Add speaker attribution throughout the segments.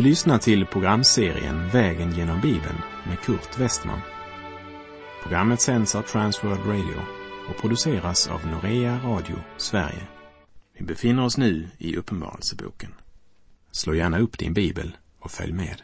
Speaker 1: Du lyssnar till programserien Vägen genom Bibeln med Kurt Westman. Programmet sänds av Transworld Radio och produceras av Norea Radio Sverige. Vi befinner oss nu i Uppenbarelseboken. Slå gärna upp din bibel och följ med.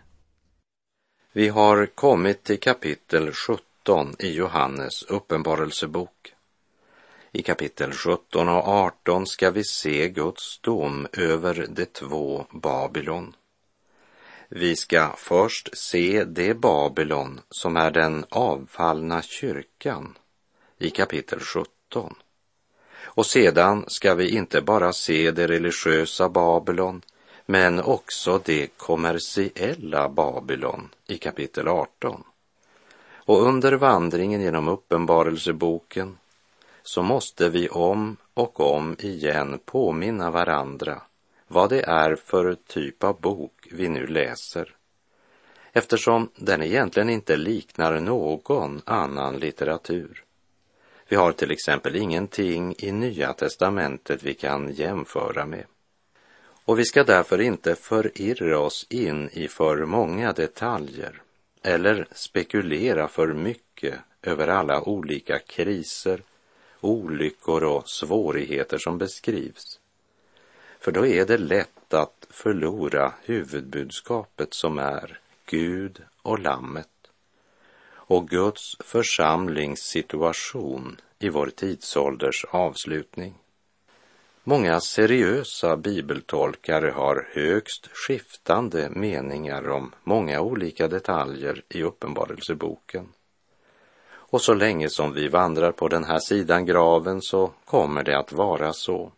Speaker 2: Vi har kommit till kapitel 17 i Johannes uppenbarelsebok. I kapitel 17 och 18 ska vi se Guds dom över de två Babylon. Vi ska först se det Babylon som är den avfallna kyrkan i kapitel 17. Och sedan ska vi inte bara se det religiösa Babylon, men också det kommersiella Babylon i kapitel 18. Och under vandringen genom uppenbarelseboken så måste vi om och om igen påminna varandra vad det är för typ av bok vi nu läser, eftersom den egentligen inte liknar någon annan litteratur. Vi har till exempel ingenting i Nya testamentet vi kan jämföra med. Och vi ska därför inte förirra oss in i för många detaljer eller spekulera för mycket över alla olika kriser, olyckor och svårigheter som beskrivs. För då är det lätt att förlora huvudbudskapet som är Gud och Lammet och Guds församlingssituation i vår tidsålders avslutning. Många seriösa bibeltolkare har högst skiftande meningar om många olika detaljer i uppenbarelseboken. Och så länge som vi vandrar på den här sidan graven så kommer det att vara så.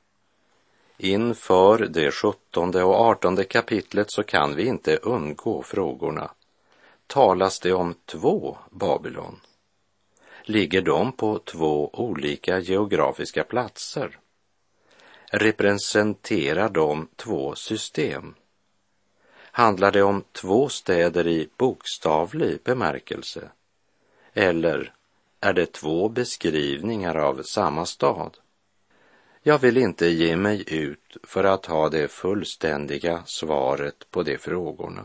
Speaker 2: Inför det 17:e och 18:e kapitlet så kan vi inte undgå frågorna. Talas det om två Babylon? Ligger de på två olika geografiska platser? Representerar de två system? Handlar det om två städer i bokstavlig bemärkelse? Eller är det två beskrivningar av samma stad? Jag vill inte ge mig ut för att ha det fullständiga svaret på de frågorna.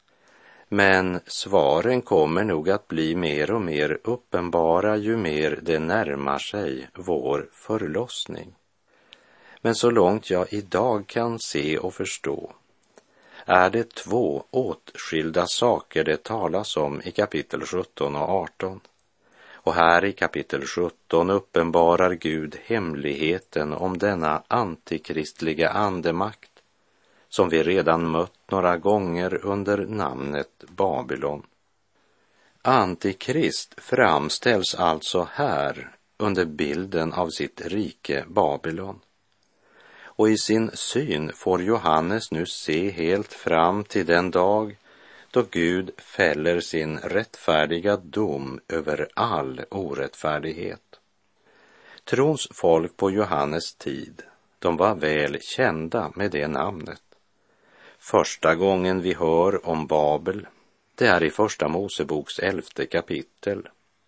Speaker 2: Men svaren kommer nog att bli mer och mer uppenbara ju mer det närmar sig vår förlossning. Men så långt jag idag kan se och förstå är det två åtskilda saker det talas om i kapitel 17 och 18. Och här i kapitel 17 uppenbarar Gud hemligheten om denna antikristliga andemakt som vi redan mött några gånger under namnet Babylon. Antikrist framställs alltså här under bilden av sitt rike Babylon. Och i sin syn får Johannes nu se helt fram till den dag då Gud fäller sin rättfärdiga dom över all orättfärdighet. Trons folk på Johannes tid, de var väl kända med det namnet. Första gången vi hör om Babel, det är i första Moseboks 11:e kapitel.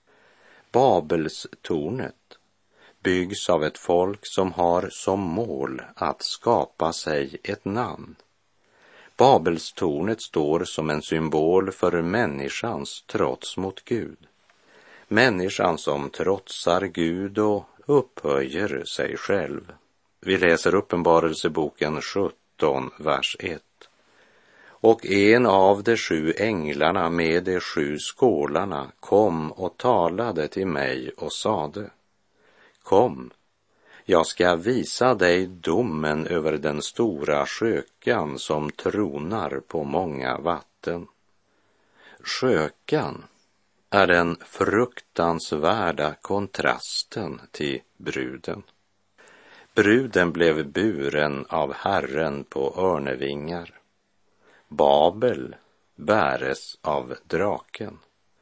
Speaker 2: Babelstornet byggs av ett folk som har som mål att skapa sig ett namn. Babelstornet står som en symbol för människans trots mot Gud. Människan som trotsar Gud och upphöjer sig själv. Vi läser uppenbarelseboken 17, vers 1. Och en av de 7 änglarna med de 7 skålarna kom och talade till mig och sade: Kom, jag ska visa dig domen över den stora skökan som tronar på många vatten. Skökan är den fruktansvärda kontrasten till bruden. Bruden blev buren av Herren på örnevingar. Babel bäres av draken.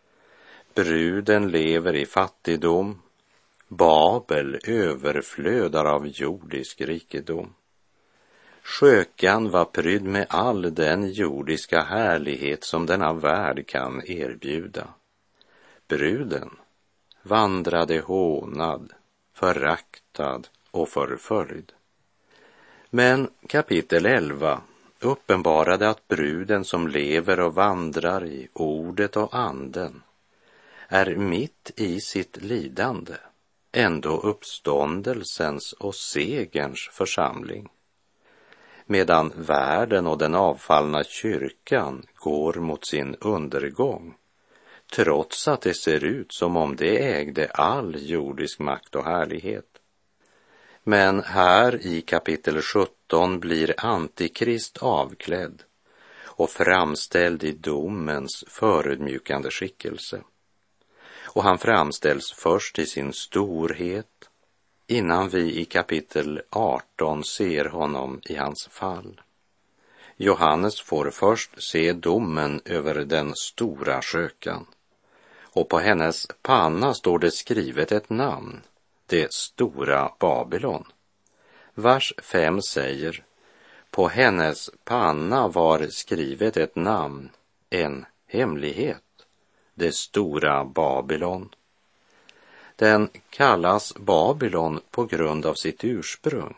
Speaker 2: Bruden lever i fattigdom. Babel överflödar av jordisk rikedom. Skökan var prydd med all den jordiska härlighet som denna värld kan erbjuda. Bruden vandrade hånad, föraktad och förföljd. Men kapitel 11 uppenbarade att bruden som lever och vandrar i ordet och anden är mitt i sitt lidande ändå uppståndelsens och segerns församling, medan världen och den avfallna kyrkan går mot sin undergång, trots att det ser ut som om det ägde all jordisk makt och härlighet. Men här i kapitel 17 blir Antikrist avklädd och framställd i domens förödmjukande skickelse. Och han framställs först i sin storhet, innan vi i kapitel 18 ser honom i hans fall. Johannes får först se domen över den stora skökan, och på hennes panna står det skrivet ett namn, det stora Babylon. Vers 5 säger: på hennes panna var skrivet ett namn, en hemlighet, det stora Babylon. Den kallas Babylon på grund av sitt ursprung.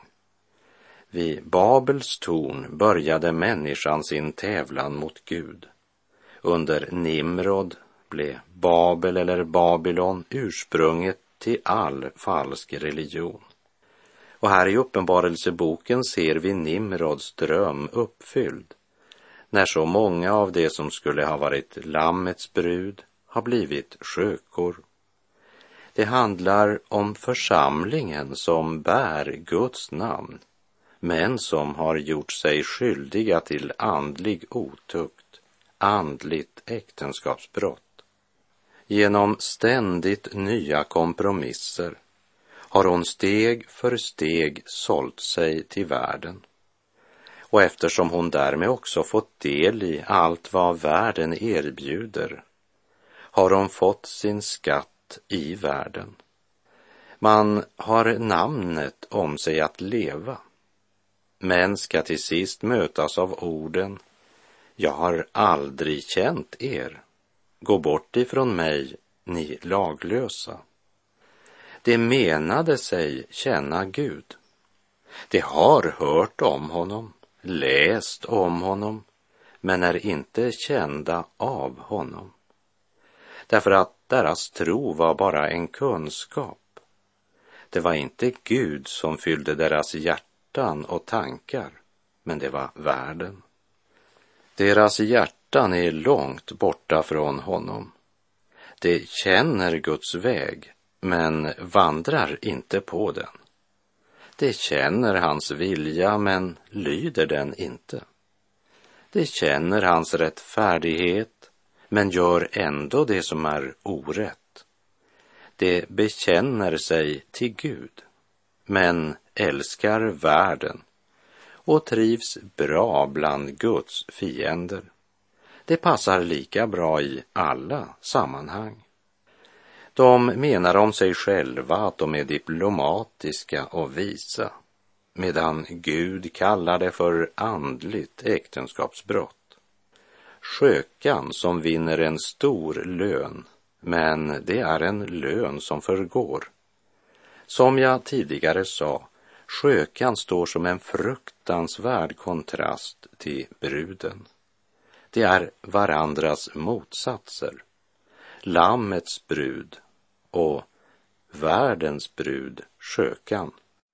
Speaker 2: Vid Babels torn började människan sin tävlan mot Gud. Under Nimrod blev Babel eller Babylon ursprunget till all falsk religion. Och här i Uppenbarelseboken ser vi Nimrods dröm uppfylld, när så många av det som skulle ha varit lammets brud har blivit skökor. Det handlar om församlingen som bär Guds namn, men som har gjort sig skyldiga till andlig otukt, andligt äktenskapsbrott. Genom ständigt nya kompromisser har hon steg för steg sålt sig till världen. Och eftersom hon därmed också fått del i allt vad världen erbjuder, har hon fått sin skatt i världen. Man har namnet om sig att leva, men ska till sist mötas av orden: jag har aldrig känt er. Gå bort ifrån mig, ni laglösa. Det menade sig känna Gud. Det har hört om honom, läst om honom, men är inte kända av honom. Därför att deras tro var bara en kunskap. Det var inte Gud som fyllde deras hjärtan och tankar, men det var världen. Deras hjärtan är långt borta från honom. De känner Guds väg, men vandrar inte på den. De känner hans vilja, men lyder den inte. De känner hans rättfärdighet, men gör ändå det som är orätt. De bekänner sig till Gud, men älskar världen och trivs bra bland Guds fiender. Det passar lika bra i alla sammanhang. De menar om sig själva att de är diplomatiska och visa, medan Gud kallar det för andligt äktenskapsbrott. Skökan som vinner en stor lön, men det är en lön som förgår. Som jag tidigare sa, skökan står som en fruktansvärd kontrast till bruden. Det är varandras motsatser. Lammets brud och världens brud, skökan.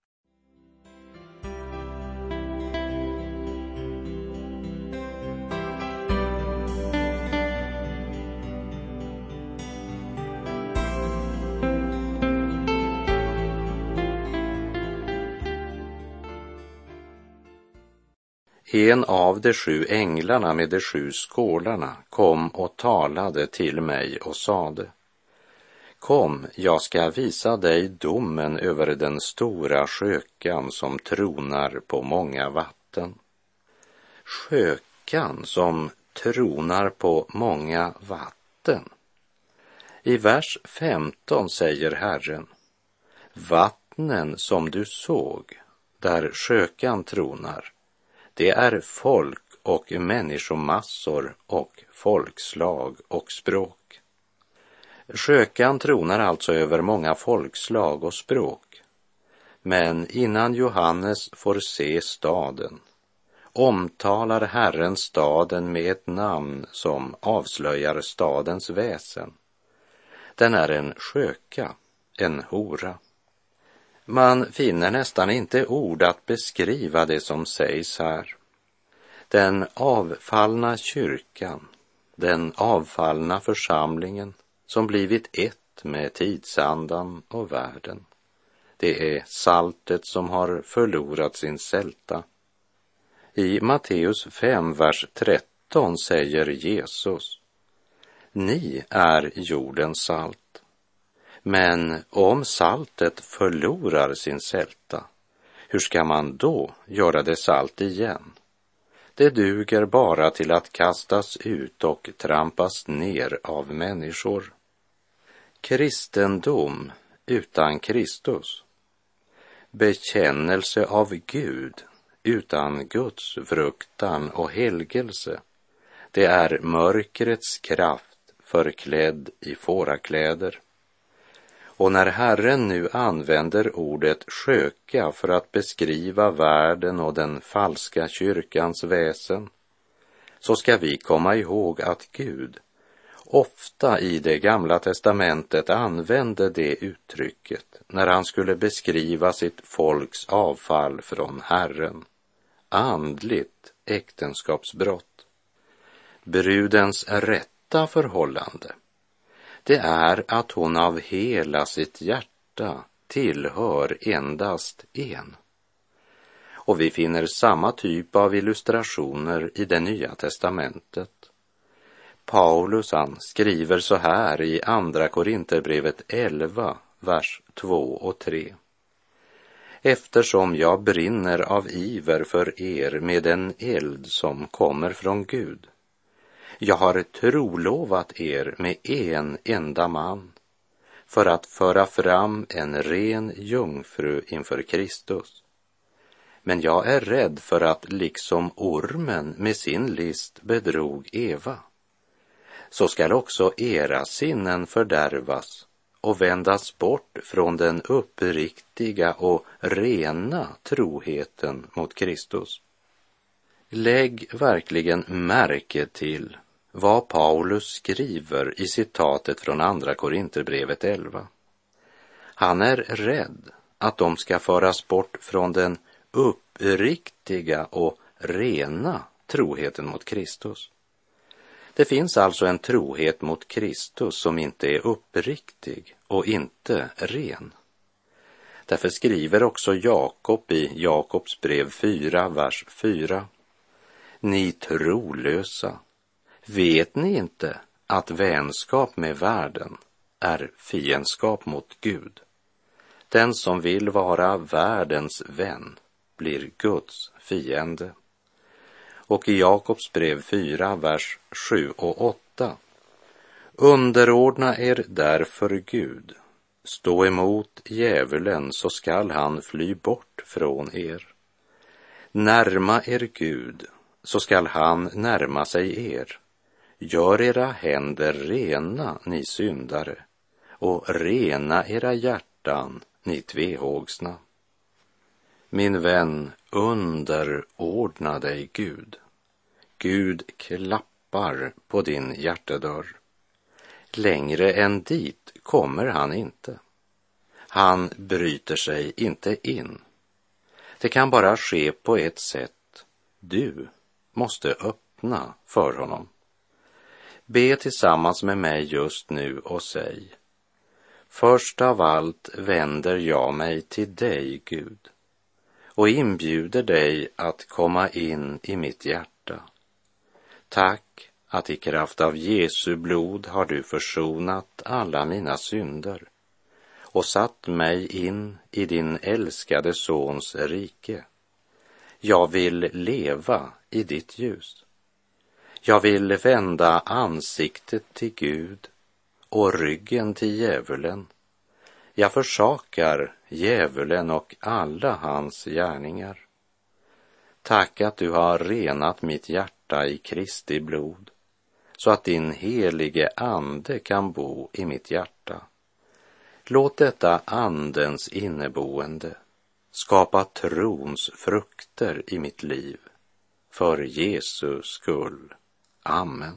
Speaker 2: En av de 7 änglarna med de 7 skålarna kom och talade till mig och sade: kom, jag ska visa dig domen över den stora skökan som tronar på många vatten. Skökan som tronar på många vatten. I vers 15 säger Herren: vattnen som du såg, där skökan tronar, det är folk och människomassor och folkslag och språk. Skökan tronar alltså över många folkslag och språk. Men innan Johannes får se staden omtalar Herren staden med ett namn som avslöjar stadens väsen. Den är en sköka, en hora. Man finner nästan inte ord att beskriva det som sägs här. Den avfallna kyrkan, den avfallna församlingen som blivit ett med tidsandan och världen. Det är saltet som har förlorat sin sälta. I Matteus 5, vers 13 säger Jesus: Ni är jordens salt. Men om saltet förlorar sin sälta, hur ska man då göra det salt igen? Det duger bara till att kastas ut och trampas ner av människor. Kristendom utan Kristus, bekännelse av Gud utan Guds fruktan och helgelse, det är mörkrets kraft förklädd i fårakläder. Och när Herren nu använder ordet sköka för att beskriva världen och den falska kyrkans väsen, så ska vi komma ihåg att Gud ofta i det gamla testamentet använde det uttrycket när han skulle beskriva sitt folks avfall från Herren. Andligt äktenskapsbrott. Brudens rätta förhållande, det är att hon av hela sitt hjärta tillhör endast en. Och vi finner samma typ av illustrationer i det nya testamentet. Paulus han skriver så här i andra Korinterbrevet 11, vers 2 och 3. Eftersom jag brinner av iver för er med en eld som kommer från Gud. Jag har trolovat er med en enda man för att föra fram en ren jungfru inför Kristus. Men jag är rädd för att liksom ormen med sin list bedrog Eva, så skall också era sinnen fördärvas och vändas bort från den uppriktiga och rena troheten mot Kristus. Lägg verkligen märke till vad Paulus skriver i citatet från andra Korinterbrevet 11. Han är rädd att de ska föras bort från den uppriktiga och rena troheten mot Kristus. Det finns alltså en trohet mot Kristus som inte är uppriktig och inte ren. Därför skriver också Jakob i Jakobs brev 4, vers 4. Ni trolösa, vet ni inte att vänskap med världen är fiendskap mot Gud? Den som vill vara världens vän blir Guds fiende. Och i Jakobs brev 4, vers 7 och 8. Underordna er därför Gud. Stå emot djävulen så skall han fly bort från er. Närma er Gud så skall han närma sig er. Gör era händer rena, ni syndare, och rena era hjärtan, ni tvehågsna. Min vän, underordna dig Gud. Gud klappar på din hjärtedörr. Längre än dit kommer han inte. Han bryter sig inte in. Det kan bara ske på ett sätt. Du måste öppna för honom. Be tillsammans med mig just nu och säg: först av allt vänder jag mig till dig, Gud, och inbjuder dig att komma in i mitt hjärta. Tack att i kraft av Jesu blod har du försonat alla mina synder och satt mig in i din älskade sons rike. Jag vill leva i ditt ljus. Jag vill vända ansiktet till Gud och ryggen till djävulen. Jag försakar djävulen och alla hans gärningar. Tack att du har renat mitt hjärta i Kristi blod, så att din helige ande kan bo i mitt hjärta. Låt detta andens inneboende skapa trons frukter i mitt liv för Jesus skull. Amen.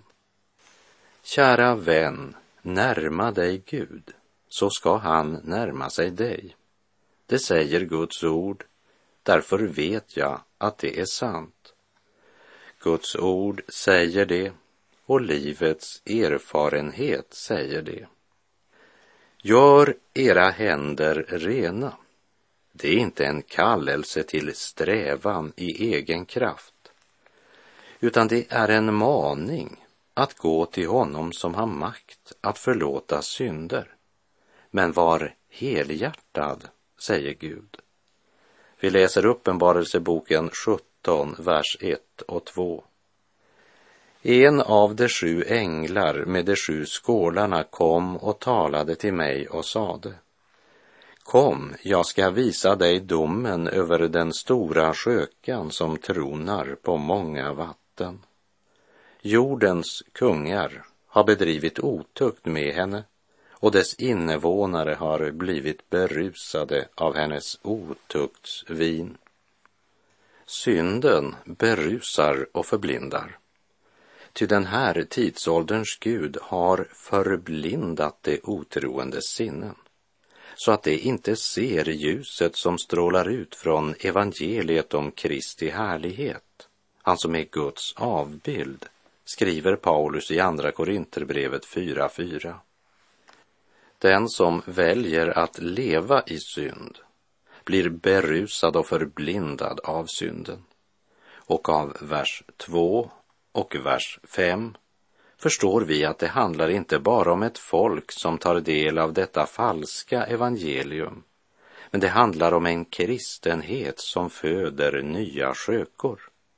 Speaker 2: Kära vän, närma dig Gud, så ska han närma sig dig. Det säger Guds ord, därför vet jag att det är sant. Guds ord säger det, och livets erfarenhet säger det. Gör era händer rena. Det är inte en kallelse till strävan i egen kraft, utan det är en maning att gå till honom som har makt att förlåta synder. Men var helhjärtad, säger Gud. Vi läser Uppenbarelseboken 17, vers 1 och 2. En av de 7 änglar med de 7 skålarna kom och talade till mig och sade: Kom, jag ska visa dig domen över den stora skökan som tronar på många vatten. Jordens kungar har bedrivit otukt med henne, och dess invånare har blivit berusade av hennes otuktsvin. Synden berusar och förblindar. Ty den här tidsålderns Gud har förblindat det otroendes sinnen, så att de inte ser ljuset som strålar ut från evangeliet om Kristi härlighet, han som är Guds avbild, skriver Paulus i andra Korinterbrevet 4:4. Den som väljer att leva i synd blir berusad och förblindad av synden. Och av vers 2 och vers 5 förstår vi att det handlar inte bara om ett folk som tar del av detta falska evangelium, men det handlar om en kristenhet som föder nya skökor.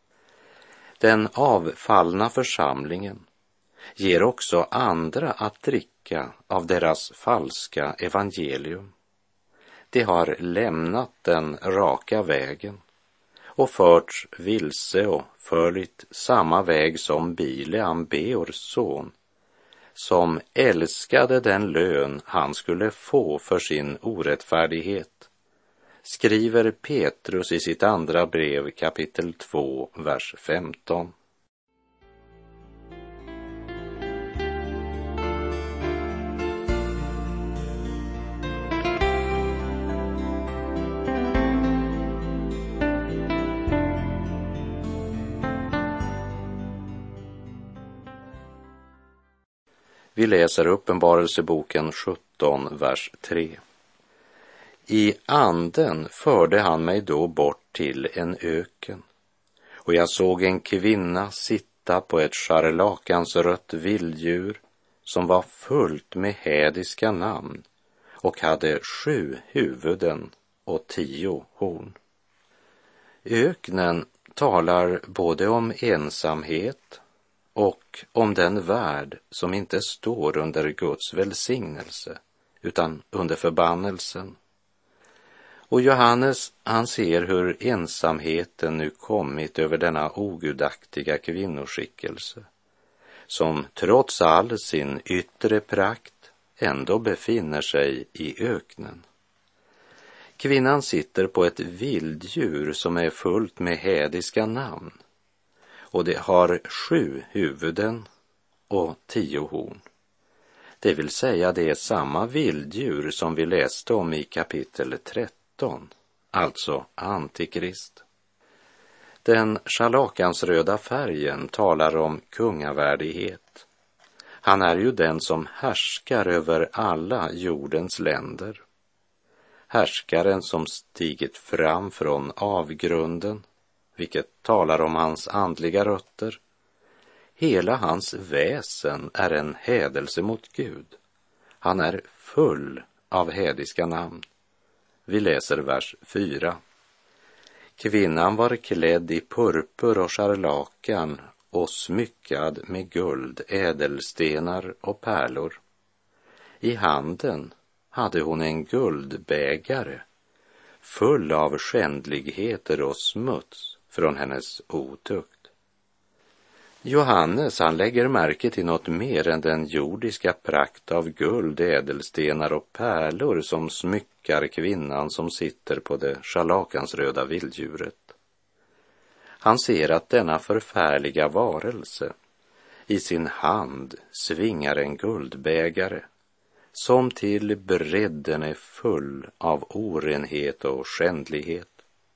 Speaker 2: Den avfallna församlingen ger också andra att dricka av deras falska evangelium. De har lämnat den raka vägen och förts vilse och följt samma väg som Bileam, Beors son, som älskade den lön han skulle få för sin orättfärdighet, skriver Petrus i sitt andra brev kapitel 2, vers 15. Vi läser Uppenbarelseboken 17, vers 3. I anden förde han mig då bort till en öken, och jag såg en kvinna sitta på ett scharlakansrött vilddjur som var fullt med hädiska namn och hade 7 huvuden och 10 horn. Öknen talar både om ensamhet och om den värld som inte står under Guds välsignelse utan under förbannelsen. Och Johannes, han ser hur ensamheten nu kommit över denna ogudaktiga kvinnoskickelse, som trots all sin yttre prakt ändå befinner sig i öknen. Kvinnan sitter på ett vilddjur som är fullt med hädiska namn, och det har 7 huvuden och 10 horn. Det vill säga det är samma vilddjur som vi läste om i kapitel 13, alltså Antikrist. Den scharlakansröda färgen talar om kungavärdighet. Han är ju den som härskar över alla jordens länder. Härskaren som stigit fram från avgrunden, vilket talar om hans andliga rötter. Hela hans väsen är en hädelse mot Gud. Han är full av hädiska namn. Vi läser vers 4. Kvinnan var klädd i purpur och scharlakan och smyckad med guld, ädelstenar och pärlor. I handen hade hon en guldbägare full av skändligheter och smuts från hennes otukt. Johannes, han lägger märke till något mer än den jordiska prakt av guld, ädelstenar och pärlor som smyckar kvinnan som sitter på det scharlakansröda vilddjuret. Han ser att denna förfärliga varelse i sin hand svingar en guldbägare som till bredden är full av orenhet och skändlighet.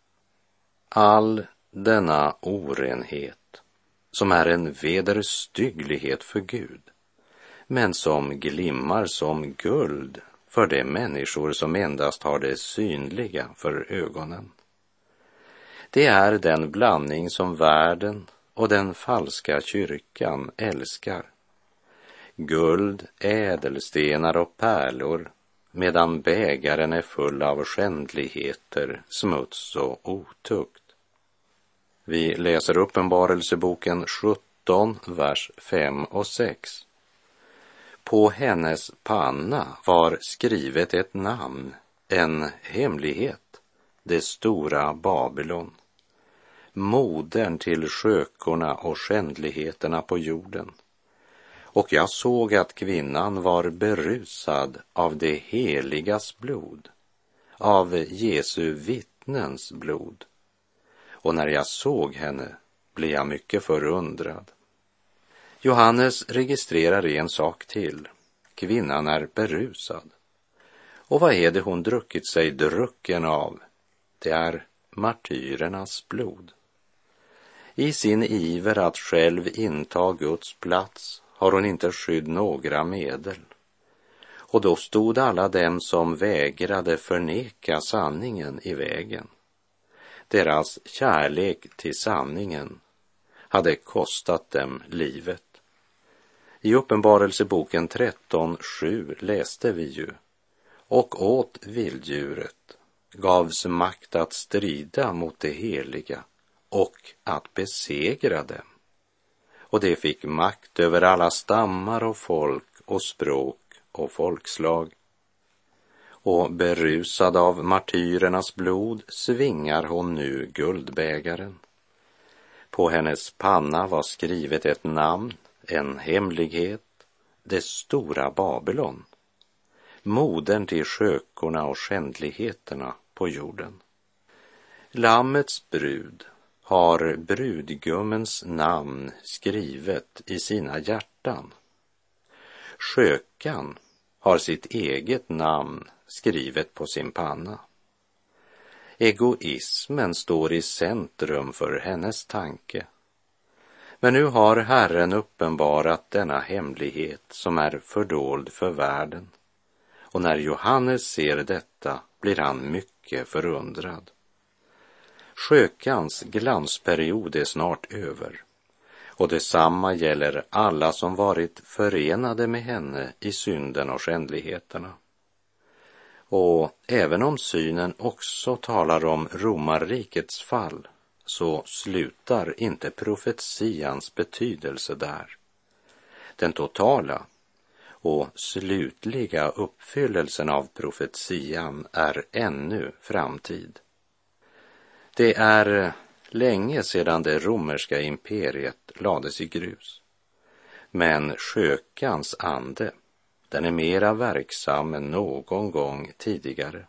Speaker 2: All denna orenhet, som är en vederstygglighet för Gud, men som glimmar som guld för de människor som endast har det synliga för ögonen. Det är den blandning som världen och den falska kyrkan älskar. Guld, ädelstenar och pärlor, medan bägaren är full av skändligheter, smuts och otukt. Vi läser Uppenbarelseboken 17, vers 5 och 6. På hennes panna var skrivet ett namn, en hemlighet, det stora Babylon, modern till skökorna och skändligheterna på jorden. Och jag såg att kvinnan var berusad av det heligas blod, av Jesu vittnens blod. Och när jag såg henne blev jag mycket förundrad. Johannes registrerar en sak till. Kvinnan är berusad. Och vad är det hon druckit sig drucken av? Det är martyrernas blod. I sin iver att själv inta Guds plats har hon inte skydd några medel. Och då stod alla dem som vägrade förneka sanningen i vägen. Deras kärlek till sanningen hade kostat dem livet. I Uppenbarelseboken 13:7 läste vi ju: och åt vilddjuret gavs makt att strida mot det heliga och att besegra dem. Och det fick makt över alla stammar och folk och språk och folkslag. Och berusad av martyrernas blod svingar hon nu guldbägaren. På hennes panna var skrivet ett namn, en hemlighet, det stora Babylon, modern till skökorna och skändligheterna på jorden. Lammets brud har brudgummens namn skrivet i sina hjärtan. Skökan har sitt eget namn skrivet på sin panna. Egoismen står i centrum för hennes tanke. Men nu har Herren uppenbarat denna hemlighet som är fördold för världen. Och när Johannes ser detta blir han mycket förundrad. Skökans glansperiod är snart över. Och detsamma gäller alla som varit förenade med henne i synden och skändligheterna. Och även om synen också talar om romarrikets fall, så slutar inte profetians betydelse där. Den totala och slutliga uppfyllelsen av profetian är ännu framtid. Det är länge sedan det romerska imperiet lades i grus. Men skökans ande, den är mera verksam än någon gång tidigare.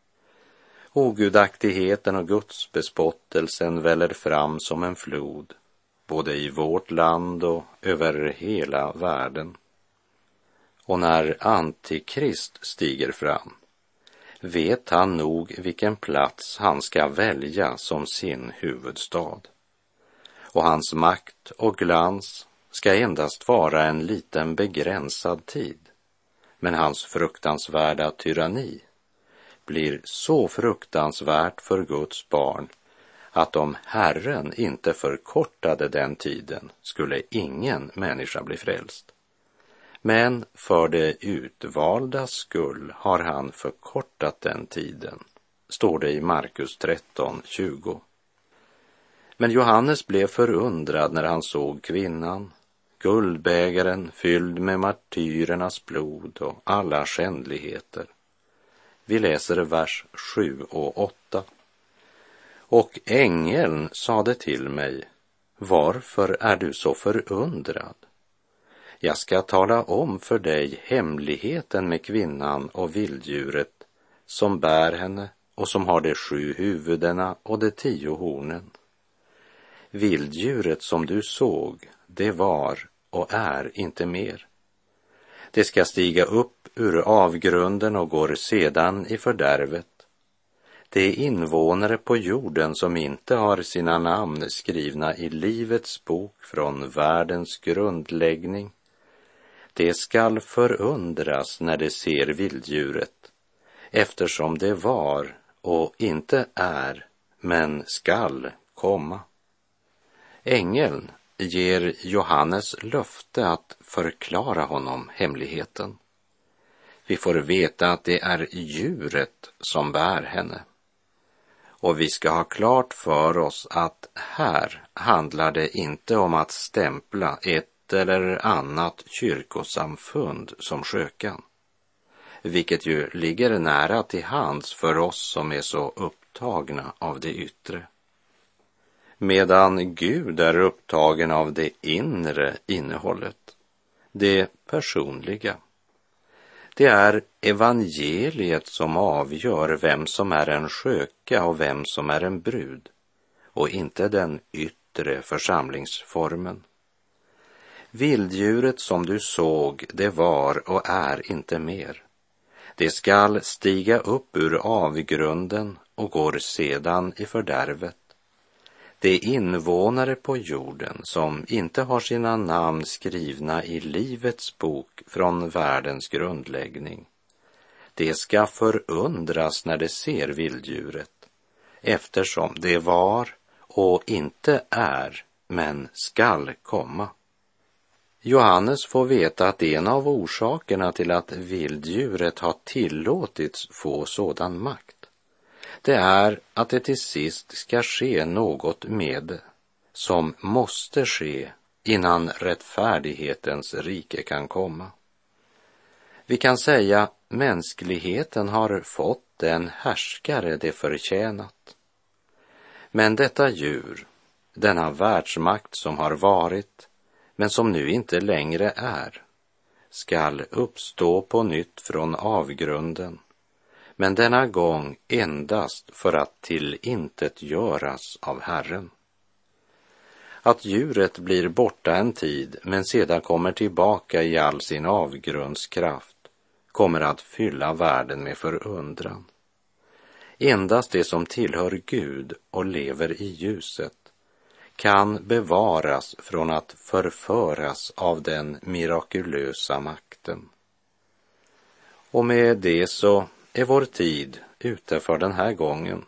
Speaker 2: Ogudaktigheten och gudsbespottelsen väller fram som en flod, både i vårt land och över hela världen. Och när Antikrist stiger fram, vet han nog vilken plats han ska välja som sin huvudstad. Och hans makt och glans ska endast vara en liten begränsad tid. Men hans fruktansvärda tyranni blir så fruktansvärt för Guds barn att om Herren inte förkortade den tiden skulle ingen människa bli frälst. Men för det utvaldas skull har han förkortat den tiden, står det i Markus 13:20. Men Johannes blev förundrad när han såg kvinnan, guldbägaren fylld med martyrernas blod och alla skändligheter. Vi läser vers 7 och 8. Och ängeln sade till mig: varför är du så förundrad? Jag ska tala om för dig hemligheten med kvinnan och vilddjuret som bär henne och som har de 7 huvudena och de 10 hornen. vilddjuret som du såg, det var och är inte mer. Det ska stiga upp ur avgrunden och går sedan i fördärvet. Det är invånare på jorden som inte har sina namn skrivna i livets bok från världens grundläggning. Det skall förundras när det ser vilddjuret, eftersom det var och inte är, men skall komma. Ängeln ger Johannes löfte att förklara honom hemligheten. Vi får veta att det är djuret som bär henne. Och vi ska ha klart för oss att här handlar det inte om att stämpla ett eller annat kyrkosamfund som skökan, vilket ju ligger nära till hands för oss som är så upptagna av det yttre. Medan Gud är upptagen av det inre innehållet, det personliga. Det är evangeliet som avgör vem som är en sköka och vem som är en brud, och inte den yttre församlingsformen. Vilddjuret som du såg, det var och är inte mer. Det skall stiga upp ur avgrunden och går sedan i fördärvet. Det är invånare på jorden som inte har sina namn skrivna i livets bok från världens grundläggning. Det ska förundras när det ser vilddjuret, eftersom det var och inte är, men skall komma. Johannes får veta att en av orsakerna till att vilddjuret har tillåtits få sådan makt, det är att det till sist ska ske något med det som måste ske innan rättfärdighetens rike kan komma. Vi kan säga mänskligheten har fått den härskare det förtjänat. Men detta djur, denna världsmakt som har varit, men som nu inte längre är, skall uppstå på nytt från avgrunden, men denna gång endast för att tillintetgöras av Herren. Att djuret blir borta en tid men sedan kommer tillbaka i all sin avgrundskraft kommer att fylla världen med förundran. Endast det som tillhör Gud och lever i ljuset kan bevaras från att förföras av den mirakulösa makten. Och med det så är vår tid ute för den här gången.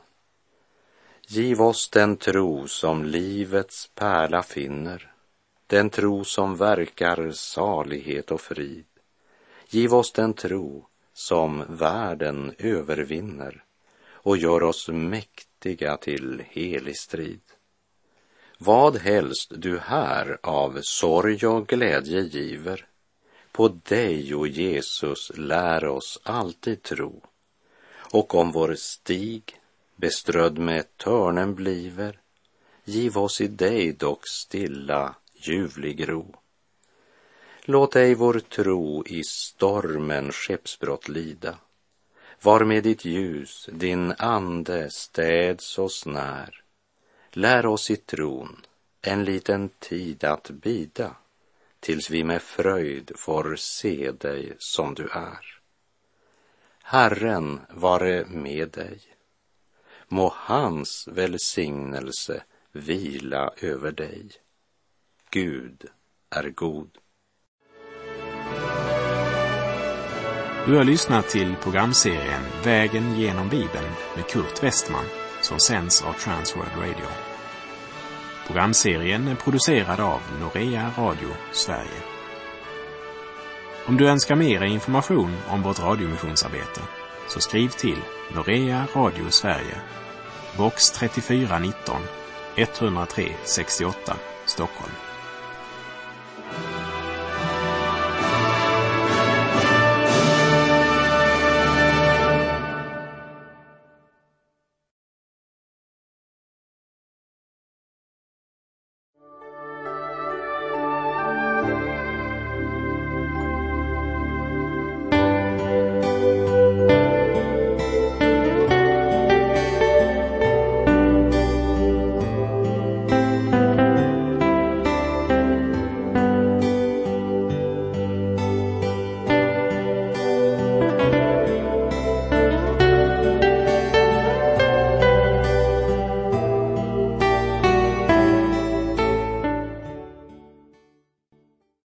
Speaker 2: Giv oss den tro som livets pärla finner, den tro som verkar salighet och frid. Giv oss den tro som världen övervinner och gör oss mäktiga till helig strid. Vad helst du här av sorg och glädje giver, på dig, o Jesus, lär oss alltid tro. Och om vår stig beströdd med törnen bliver, giv oss i dig dock stilla, ljuvlig ro. Låt ej vår tro i stormen skeppsbrott lida, var med ditt ljus, din ande städs oss när. Lär oss i tron en liten tid att bida, tills vi med fröjd får se dig som du är. Herren vare med dig. Må hans välsignelse vila över dig. Gud är god.
Speaker 1: Du har lyssnat till programserien Vägen genom Bibeln med Kurt Westman som sänds av Transworld Radio. Programserien är producerad av Norea Radio Sverige. Om du önskar mer information om vårt radiomissionsarbete så skriv till Norea Radio Sverige, box 3419 103 68 Stockholm.